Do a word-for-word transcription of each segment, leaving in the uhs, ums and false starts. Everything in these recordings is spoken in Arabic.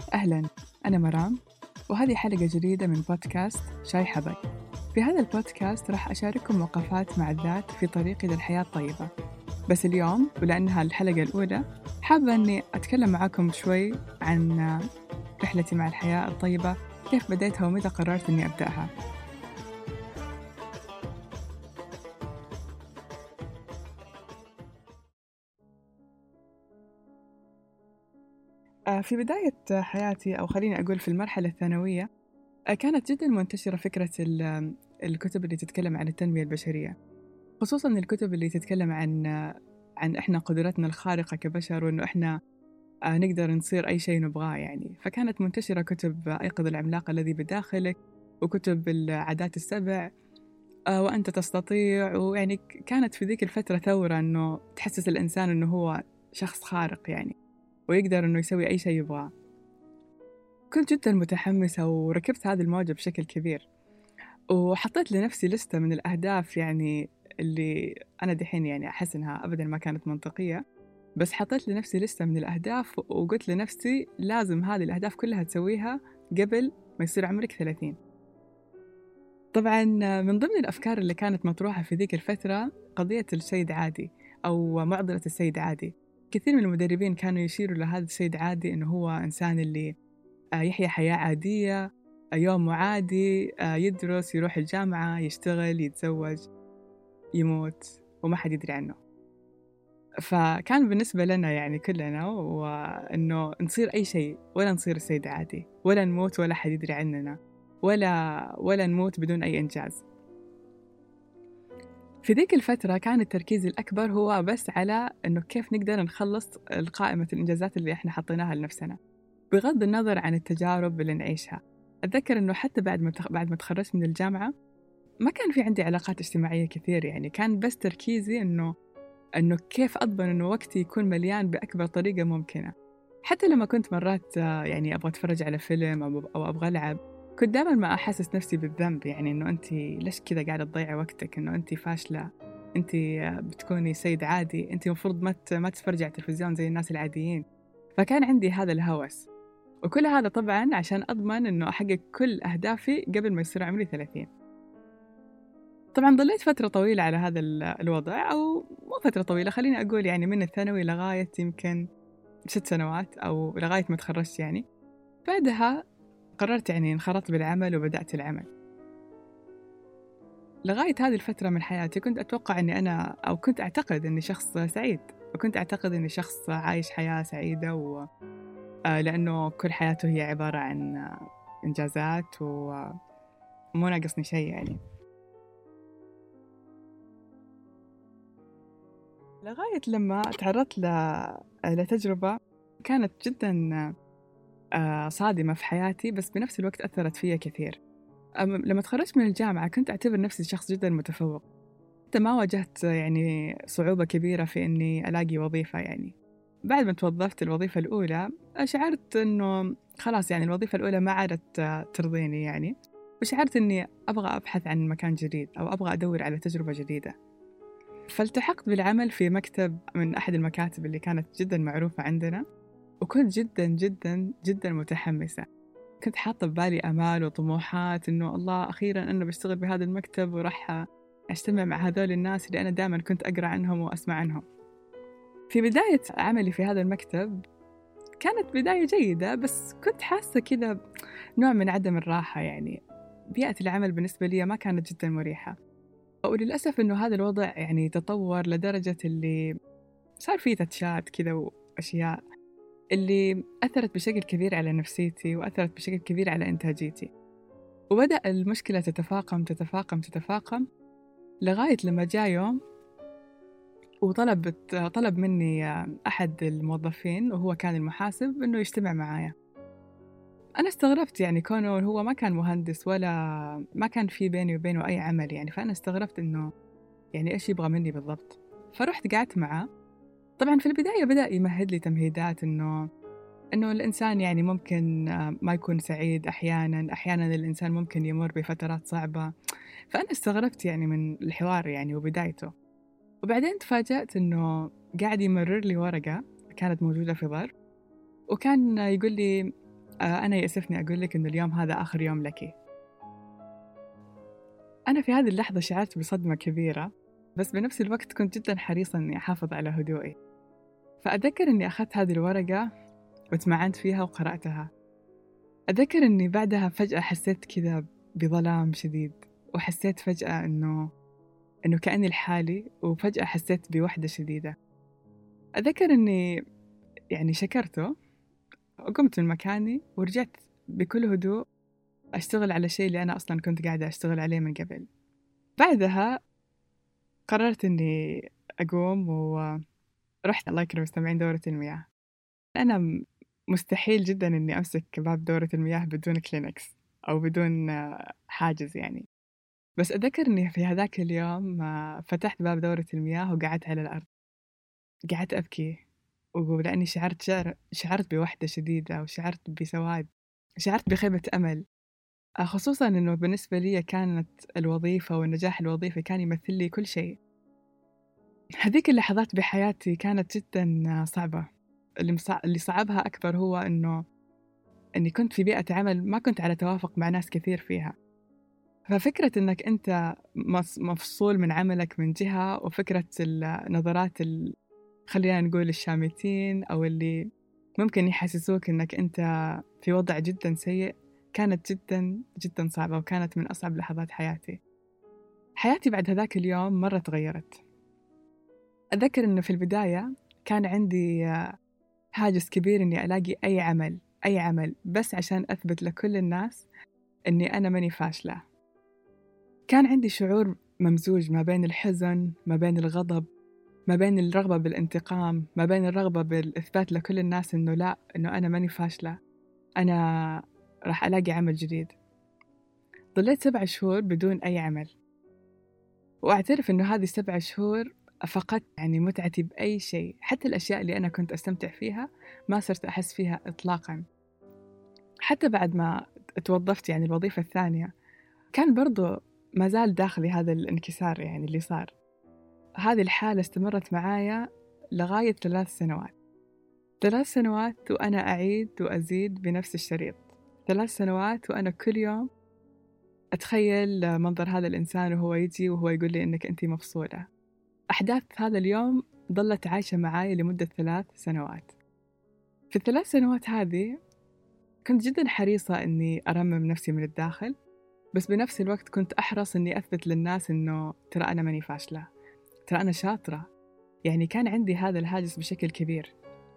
أهلاً، أنا مرام، وهذه حلقة جديدة من بودكاست شاي حبك. في هذا البودكاست راح أشارككم وقفات مع الذات في طريقي للحياة الطيبة. بس اليوم ولأنها الحلقة الأولى حابة أني أتكلم معاكم شوي عن رحلتي مع الحياة الطيبة، كيف بديتها ومتى قررت أني أبدأها. في بداية حياتي، أو خليني أقول في المرحلة الثانوية، كانت جدا منتشرة فكرة الكتب اللي تتكلم عن التنمية البشرية، خصوصاً الكتب اللي تتكلم عن عن إحنا قدراتنا الخارقة كبشر، وإنه إحنا نقدر نصير أي شيء نبغاه يعني. فكانت منتشرة كتب أيقظ العملاق الذي بداخلك، وكتب العادات السبع، وأنت تستطيع. ويعني كانت في ذيك الفترة ثورة إنه تحسس الإنسان إنه هو شخص خارق يعني، ويقدر إنه يسوي أي شيء يبغاه. كنت جدا متحمسة وركبت هذه الموجة بشكل كبير، وحطيت لنفسي لستة من الأهداف يعني اللي أنا دحين يعني أحس إنها أبداً ما كانت منطقية، بس حطيت لنفسي لستة من الأهداف وقلت لنفسي لازم هذه الأهداف كلها تسويها قبل ما يصير عمرك ثلاثين. طبعاً من ضمن الأفكار اللي كانت مطروحة في ذيك الفترة قضية السيد عادي، أو معضلة السيد عادي. كثير من المدربين كانوا يشيروا لهذا السيد عادي إنه هو إنسان اللي يحيا حياة عادية، يوم عادي، يدرس، يروح الجامعة، يشتغل، يتزوج، يموت، وما حد يدري عنه. فكان بالنسبة لنا يعني كلنا وإنه نصير أي شيء، ولا نصير السيد عادي، ولا نموت ولا حد يدري عننا، ولا ولا نموت بدون أي إنجاز. في ذيك الفترة كان التركيز الأكبر هو بس على إنه كيف نقدر نخلص القائمة الإنجازات اللي إحنا حطيناها لنفسنا، بغض النظر عن التجارب اللي نعيشها. أتذكر إنه حتى بعد ما بعد ما تخرجت من الجامعة ما كان في عندي علاقات اجتماعية كثير يعني، كان بس تركيزي إنه إنه كيف أضمن إنه وقتي يكون مليان بأكبر طريقة ممكنة. حتى لما كنت مرات يعني أبغى أتفرج على فيلم أو أو أبغى ألعب، كنت دائما ما أحسس نفسي بالذنب، يعني إنه أنت ليش كذا قاعدة تضيع وقتك، إنه أنت فاشلة، أنت بتكوني سيد عادي، أنت مفروض ما ما تتفرجي على التلفزيون زي الناس العاديين. فكان عندي هذا الهوس، وكل هذا طبعاً عشان أضمن إنه أحقق كل أهدافي قبل ما يصير عمري ثلاثين. طبعاً ضليت فترة طويلة على هذا الوضع، أو مو فترة طويلة، خليني أقول يعني من الثانوي لغاية يمكن ست سنوات أو لغاية ما تخرجت يعني. بعدها قررت يعني انخرطت بالعمل وبدأت العمل. لغاية هذه الفترة من حياتي كنت أتوقع أني أنا، أو كنت أعتقد أني شخص سعيد، وكنت أعتقد أني شخص عايش حياة سعيدة، و لأنه كل حياته هي عبارة عن إنجازات ومو ناقصني شيء يعني. لغاية لما تعرضت لتجربة كانت جدا صادمة في حياتي، بس بنفس الوقت أثرت فيها كثير. لما تخرجت من الجامعة كنت أعتبر نفسي شخص جدا متفوق، حتى ما واجهت يعني صعوبة كبيرة في أني ألاقي وظيفة يعني. بعد ما توظفت الوظيفة الأولى شعرت أنه خلاص يعني الوظيفة الأولى ما عادت ترضيني يعني، وشعرت أني أبغى أبحث عن مكان جديد، أو أبغى أدور على تجربة جديدة. فالتحقت بالعمل في مكتب من أحد المكاتب اللي كانت جدا معروفة عندنا، وكنت جدا جدا جدا متحمسة. كنت حاطة ببالي أمال وطموحات إنه الله أخيرا أنا بشتغل بهذا المكتب، وراح أجتمع مع هذول الناس اللي أنا دائما كنت أقرأ عنهم وأسمع عنهم. في بداية عملي في هذا المكتب كانت بداية جيدة، بس كنت حاسة كذا نوع من عدم الراحة يعني. بيئة العمل بالنسبة لي ما كانت جدا مريحة، وللأسف إنه هذا الوضع يعني تطور لدرجة اللي صار فيه تاتشات كذا وأشياء اللي أثرت بشكل كبير على نفسيتي، وأثرت بشكل كبير على إنتاجيتي. وبدأ المشكلة تتفاقم تتفاقم تتفاقم لغاية لما جاء يوم وطلب طلب مني أحد الموظفين، وهو كان المحاسب، إنه يجتمع معايا. أنا استغربت يعني، كونه هو ما كان مهندس ولا ما كان في بيني وبينه أي عمل يعني، فأنا استغربت إنه يعني إيش يبغى مني بالضبط. فرحت قعدت معاه. طبعاً في البداية بدأ يمهد لي تمهيدات إنه إنه الإنسان يعني ممكن ما يكون سعيد أحياناً، أحياناً الإنسان ممكن يمر بفترات صعبة. فأنا استغربت يعني من الحوار يعني وبدايته. وبعدين تفاجأت إنه قاعد يمرر لي ورقة كانت موجودة في ظرف، وكان يقول لي آه، أنا يأسفني أقول لك إنه اليوم هذا آخر يوم لك. أنا في هذه اللحظة شعرت بصدمة كبيرة، بس بنفس الوقت كنت جدا حريصة إني أحافظ على هدوئي. فأتذكر إني أخذت هذه الورقة وتمعنت فيها وقرأتها. أتذكر إني بعدها فجأة حسيت كذا بظلام شديد، وحسيت فجأة إنه إنه كأني لحالي، وفجأة حسيت بوحدة شديدة. أتذكر إني يعني شكرته وقمت من مكاني ورجعت بكل هدوء أشتغل على الشيء اللي أنا أصلاً كنت قاعدة أشتغل عليه من قبل. بعدها قررت إني أقوم ورحت، الله يكرم المستمعين، دورة المياه. أنا م- مستحيل جداً إني أمسك باب دورة المياه بدون كلينكس أو بدون آه، حاجز يعني. بس أتذكر إني في هذاك اليوم آه، فتحت باب دورة المياه وقعدت على الأرض، قعدت أبكي، ولأني شعرت شعر شعرت بوحدة شديدة، وشعرت بسواد، شعرت بخيبة أمل. آه، خصوصاً إنه بالنسبة لي كانت الوظيفة والنجاح الوظيفي كان يمثل لي كل شيء. هذيك اللحظات بحياتي كانت جداً صعبة. اللي مصع... اللي صعبها أكثر هو إنه إني كنت في بيئة عمل ما كنت على توافق مع ناس كثير فيها. ففكرة إنك أنت مص- مفصول من عملك من جهة، وفكرة النظرات ال... خلينا نقول الشامتين أو اللي ممكن يحسسوك إنك أنت في وضع جدا سيء، كانت جدا جدا صعبة، وكانت من أصعب لحظات حياتي. حياتي بعد هذاك اليوم مرة تغيرت. أتذكر إنه في البداية كان عندي هاجس كبير إني ألاقي أي عمل أي عمل بس عشان أثبت لكل الناس إني أنا ماني فاشلة. كان عندي شعور ممزوج ما بين الحزن، ما بين الغضب، ما بين الرغبة بالانتقام، ما بين الرغبة بالإثبات لكل الناس إنه لا، إنه أنا ماني فاشلة، أنا راح ألاقي عمل جديد. ضليت سبع شهور بدون أي عمل، وأعترف إنه هذه السبع شهور فقدت يعني متعتي بأي شيء. حتى الأشياء اللي أنا كنت أستمتع فيها ما صرت أحس فيها إطلاقاً. حتى بعد ما توظفت يعني الوظيفة الثانية، كان برضو ما زال داخلي هذا الانكسار يعني اللي صار. هذه الحالة استمرت معايا لغاية ثلاث سنوات. ثلاث سنوات وأنا أعيد وأزيد بنفس الشريط. ثلاث سنوات وأنا كل يوم أتخيل منظر هذا الإنسان وهو يجي وهو يقول لي إنك أنتي مفصولة. أحداث هذا اليوم ظلت عايشة معاي لمدة ثلاث سنوات. في الثلاث سنوات هذه كنت جدا حريصة إني أرمم نفسي من الداخل، بس بنفس الوقت كنت أحرص إني أثبت للناس إنه ترى أنا ماني فاشلة، ترى أنا شاطرة. يعني كان عندي هذا الهاجس بشكل كبير.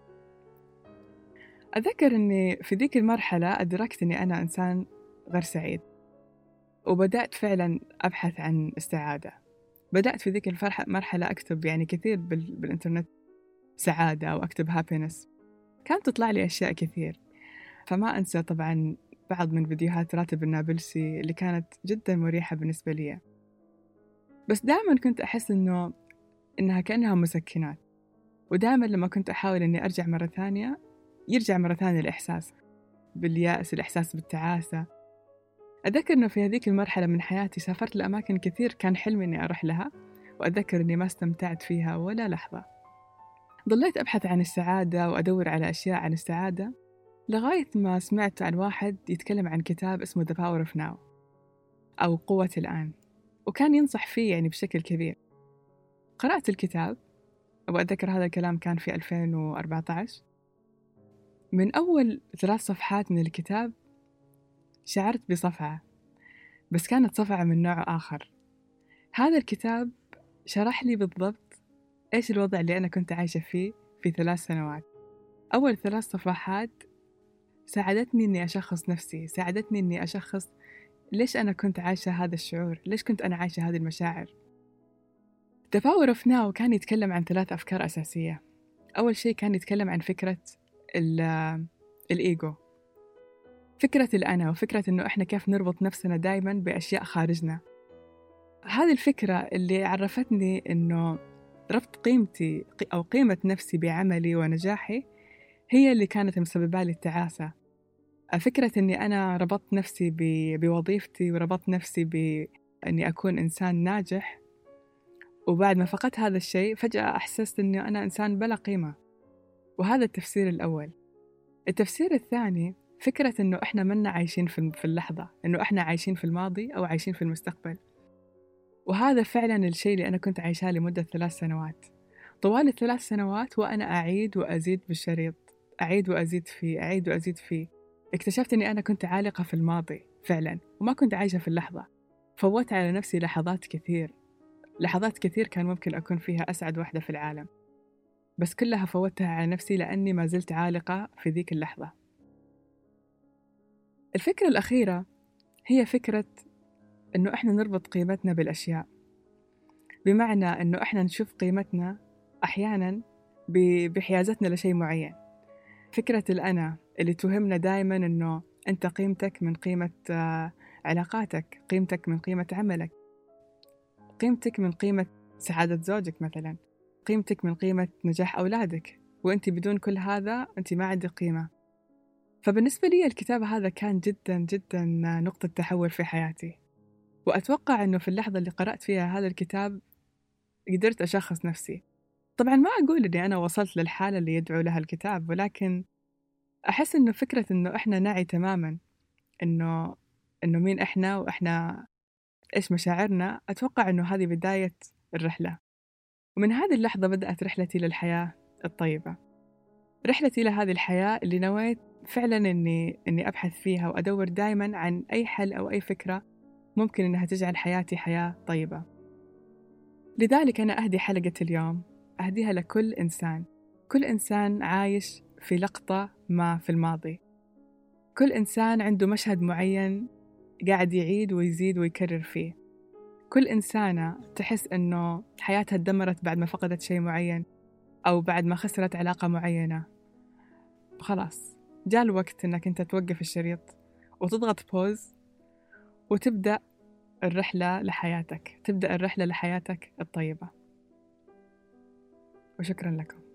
أذكر أني في ذيك المرحلة أدركت أني أنا إنسان غير سعيد، وبدأت فعلا أبحث عن السعادة. بدأت في ذيك المرحلة أكتب يعني كثير بال... بالإنترنت سعادة، أو أكتب happiness. كانت تطلع لي أشياء كثير. فما أنسى طبعا بعض من فيديوهات راتب النابلسي اللي كانت جدا مريحة بالنسبة لي. بس دائما كنت أحس أنه إنها كأنها مسكنات، ودائما لما كنت أحاول أني أرجع مرة ثانية يرجع مرة ثانية الإحساس باليأس، الإحساس بالتعاسة. أذكر أنه في هذيك المرحلة من حياتي سافرت لأماكن كثير كان حلمي أني أروح لها، وأذكر أني ما استمتعت فيها ولا لحظة. ضليت أبحث عن السعادة وأدور على أشياء عن السعادة، لغاية ما سمعت عن واحد يتكلم عن كتاب اسمه The Power of Now، أو قوة الآن، وكان ينصح فيه يعني بشكل كبير. قرأت الكتاب، وأتذكر هذا الكلام كان في ألفين وأربعة عشر. من أول ثلاث صفحات من الكتاب شعرت بصفعة، بس كانت صفعة من نوع آخر. هذا الكتاب شرح لي بالضبط إيش الوضع اللي أنا كنت عايشة فيه في ثلاث سنوات. أول ثلاث صفحات ساعدتني إني أشخص نفسي، ساعدتني إني أشخص ليش أنا كنت عايشة هذا الشعور، ليش كنت أنا عايشة هذه المشاعر. The Power of Now كان يتكلم عن ثلاث أفكار أساسية. أول شيء كان يتكلم عن فكرة الإيجو، فكرة الأنا، وفكرة إنه إحنا كيف نربط نفسنا دايماً بأشياء خارجنا. هذه الفكرة اللي عرفتني إنه ربط قيمتي أو قيمة نفسي بعملي ونجاحي هي اللي كانت مسببة لي التعاسة. فكرة إني أنا ربطت نفسي بوظيفتي، وربطت نفسي بإني أكون إنسان ناجح، وبعد ما فقدت هذا الشيء فجأة أحسست إني أنا إنسان بلا قيمة. وهذا التفسير الأول. التفسير الثاني فكرة إنه إحنا منا عايشين في في اللحظة، إنه إحنا عايشين في الماضي أو عايشين في المستقبل. وهذا فعلا الشيء اللي أنا كنت عايشاه لمدة ثلاث سنوات. طوال الثلاث سنوات وأنا أعيد وأزيد بالشريط، أعيد وأزيد فيه، أعيد وأزيد فيه. اكتشفت أني أنا كنت عالقة في الماضي فعلا، وما كنت عايشة في اللحظة. فوت على نفسي لحظات كثير، لحظات كثير كان ممكن أكون فيها أسعد واحدة في العالم، بس كلها فوتها على نفسي لأني ما زلت عالقة في ذيك اللحظة. الفكرة الأخيرة هي فكرة أنه إحنا نربط قيمتنا بالأشياء، بمعنى أنه إحنا نشوف قيمتنا أحياناً بحيازتنا لشيء معين. فكرة الأنا اللي توهمنا دائماً أنه أنت قيمتك من قيمة علاقاتك، قيمتك من قيمة عملك، قيمتك من قيمة سعادة زوجك مثلاً، قيمتك من قيمة نجاح أولادك، وأنت بدون كل هذا أنت ما عندك قيمة. فبالنسبة لي الكتاب هذا كان جداً جداً نقطة تحول في حياتي، وأتوقع أنه في اللحظة اللي قرأت فيها هذا الكتاب قدرت أشخص نفسي. طبعاً ما أقول أني أنا وصلت للحالة اللي يدعو لها الكتاب، ولكن أحس أنه فكرة أنه إحنا نعي تماماً أنه أنه مين إحنا وإحنا إيش مشاعرنا. أتوقع أنه هذه بداية الرحلة، ومن هذه اللحظة بدأت رحلتي للحياة الطيبة، رحلتي لهذه الحياة اللي نويت فعلاً أني أني أبحث فيها وأدور دائماً عن أي حل أو أي فكرة ممكن أنها تجعل حياتي حياة طيبة. لذلك أنا أهدي حلقة اليوم، أهديها لكل إنسان، كل إنسان عايش في لقطة ما في الماضي، كل إنسان عنده مشهد معين قاعد يعيد ويزيد ويكرر فيه، كل إنسانة تحس أنه حياتها تدمرت بعد ما فقدت شيء معين أو بعد ما خسرت علاقة معينة. خلاص جاء الوقت أنك أنت توقف الشريط وتضغط بوز وتبدأ الرحلة لحياتك، تبدأ الرحلة لحياتك الطيبة. وشكرا لكم.